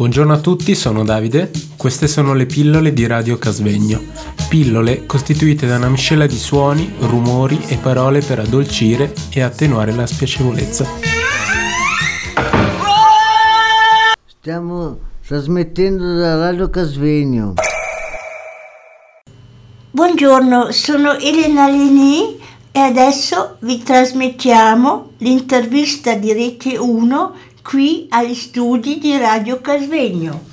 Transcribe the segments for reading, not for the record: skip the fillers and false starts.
Buongiorno a tutti, sono Davide. Queste sono le pillole di Radio Casvegno. Pillole costituite da una miscela di suoni, rumori e parole per addolcire e attenuare la spiacevolezza. Stiamo trasmettendo da Radio Casvegno. Buongiorno, sono Elena Leni e adesso vi trasmettiamo l'intervista di Rete 1 qui agli studi di Radio Casvegno.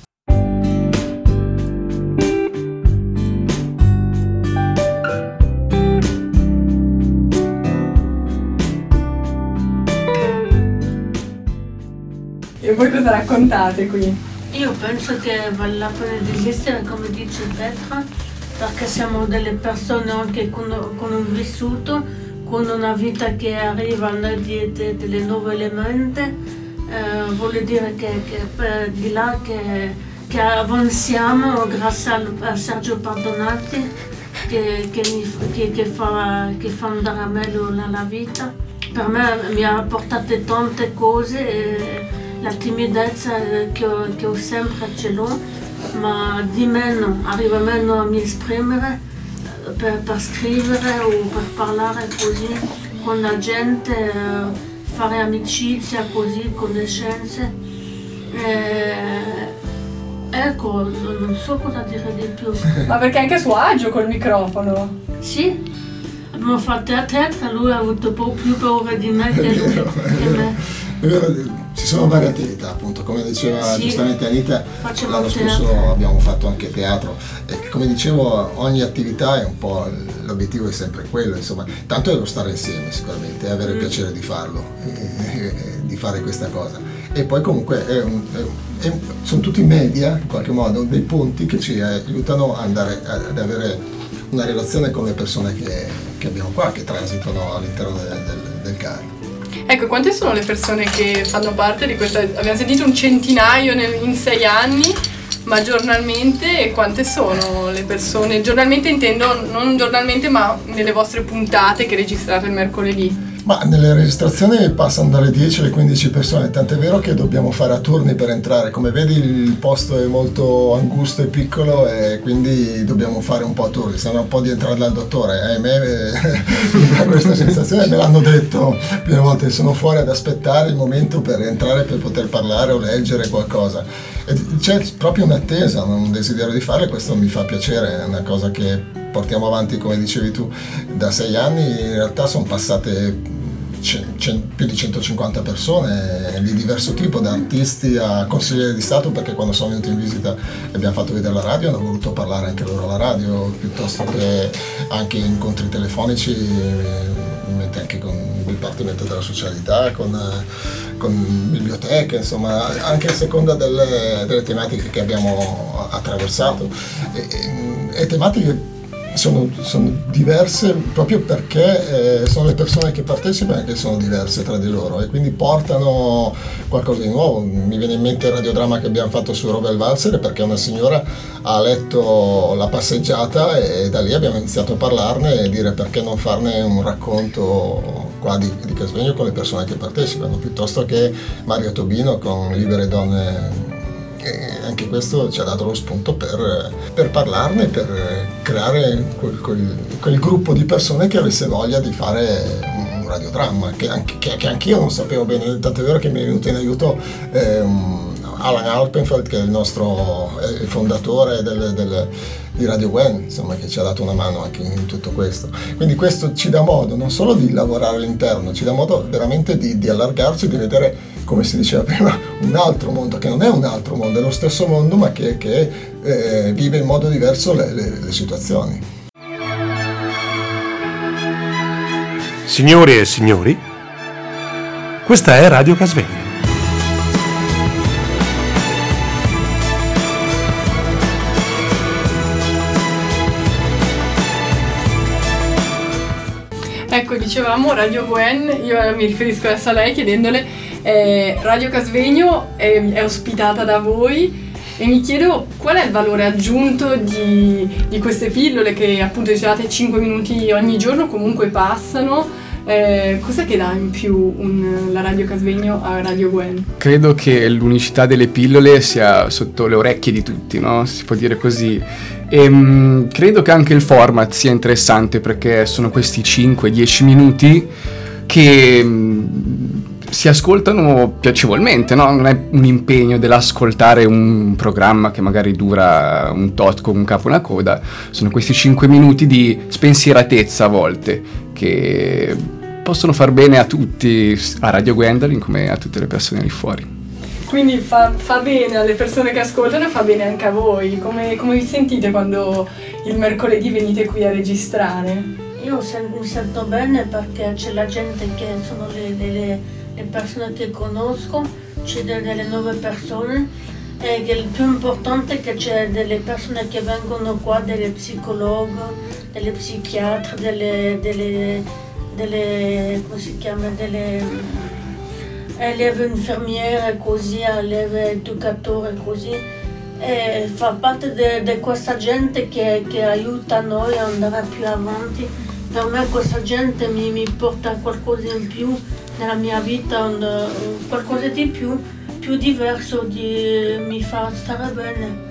E voi cosa raccontate qui? Io penso che vale la pena di esistere, come dice Petra, perché siamo delle persone anche con un vissuto, con una vita che arriva a noi delle nuove elementi, vuol dire che di là che avanziamo grazie a Sergio Pardonati che fa andare meglio la vita. Per me mi ha portato tante cose, la timidezza che ho sempre ce l'ho, ma di meno, arriva meno a mi esprimere per scrivere o per parlare così con la gente, fare amicizia così, conoscenze. Ecco, non so cosa dire di più. Ma perché anche a suo agio col microfono? Sì, abbiamo fatto a teatro, lui ha avuto più paura di me che lui che me. Ci sono varie attività, appunto, come diceva giustamente Anita, l'anno scorso teatro. abbiamo fatto anche teatro e come dicevo ogni attività è un po', l'obiettivo è sempre quello, insomma, tanto è lo stare insieme sicuramente, è avere il piacere di farlo, di fare questa cosa e poi comunque sono tutti media in qualche modo, dei punti che ci aiutano ad avere una relazione con le persone che abbiamo qua, che transitano all'interno del CAI. Ecco, quante sono le persone che fanno parte di questa? Abbiamo sentito un centinaio in 6 anni, ma giornalmente e quante sono le persone? Giornalmente intendo, non giornalmente, ma nelle vostre puntate che registrate il mercoledì. Ma nelle registrazioni passano dalle 10 alle 15 persone, tant'è vero che dobbiamo fare a turni per entrare. Come vedi il posto è molto angusto e piccolo e quindi dobbiamo fare un po' a turni, sembra un po' di entrare dal dottore. A me da questa sensazione me l'hanno detto più volte, sono fuori ad aspettare il momento per entrare per poter parlare o leggere qualcosa. E c'è proprio un'attesa, un desiderio di fare, questo mi fa piacere, è una cosa che portiamo avanti, come dicevi tu, da 6 anni. In realtà sono passate più di 150 persone di diverso tipo, da artisti a consiglieri di Stato, perché quando sono venuti in visita e abbiamo fatto vedere la radio hanno voluto parlare anche loro alla radio, piuttosto che anche incontri telefonici, anche con il Dipartimento della Socialità, con biblioteche, insomma, anche a seconda delle tematiche che abbiamo attraversato e tematiche sono diverse proprio perché sono le persone che partecipano che sono diverse tra di loro e quindi portano qualcosa di nuovo. Mi viene in mente il radiodramma che abbiamo fatto su Robel Walser, perché una signora ha letto La passeggiata e da lì abbiamo iniziato a parlarne e dire perché non farne un racconto qua di Casvegno con le persone che partecipano, piuttosto che Mario Tobino con Libere Donne. E anche questo ci ha dato lo spunto per parlarne, per creare quel gruppo di persone che avesse voglia di fare un radiodramma, che anch'io non sapevo bene, tanto è vero che mi è venuto in aiuto Alan Alpenfeld, che è il fondatore di Radio Gwen, insomma, che ci ha dato una mano anche in tutto questo. Quindi questo ci dà modo non solo di lavorare all'interno, ci dà modo veramente di allargarci, di vedere, come si diceva prima, un altro mondo, che non è un altro mondo, è lo stesso mondo, ma che vive in modo diverso le situazioni. Signori e signori, questa è Radio Casvegno. Ecco, dicevamo Radio Gwen, io mi riferisco adesso a lei chiedendole, Radio Casvegno è ospitata da voi e mi chiedo qual è il valore aggiunto di queste pillole che appunto dicevate 5 minuti ogni giorno comunque passano, Cos'è che dà in più la Radio Casvegno a Radio Gwen? Credo che l'unicità delle pillole sia sotto le orecchie di tutti, no? Si può dire così. E credo che anche il format sia interessante, perché sono questi 5-10 minuti che si ascoltano piacevolmente, no? Non è un impegno dell'ascoltare un programma che magari dura un tot con un capo e una coda. Sono questi 5 minuti di spensieratezza a volte che possono far bene a tutti, a Radio Gwendolyn come a tutte le persone lì fuori. Quindi fa bene alle persone che ascoltano e fa bene anche a voi. Come vi sentite quando il mercoledì venite qui a registrare? Io mi sento bene perché c'è la gente che sono le persone che conosco, c'è delle nuove persone, e che il più importante è che c'è delle persone che vengono qua, delle psicologhe, delle psichiatre, delle come si chiama, delle alleve infermiere, così, alleve educatore, così, e fa parte di questa gente che aiuta noi a andare più avanti. Per me questa gente mi porta qualcosa in più nella mia vita, qualcosa di più diverso, mi fa stare bene.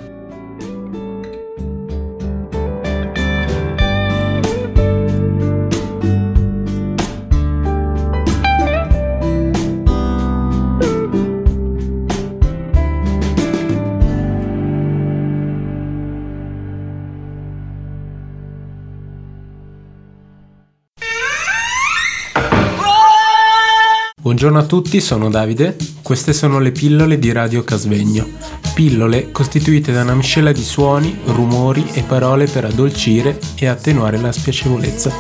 Buongiorno a tutti, sono Davide. Queste sono le pillole di Radio Casvegno. Pillole costituite da una miscela di suoni, rumori e parole per addolcire e attenuare la spiacevolezza.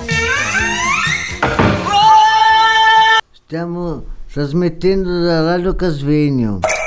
Stiamo trasmettendo da Radio Casvegno.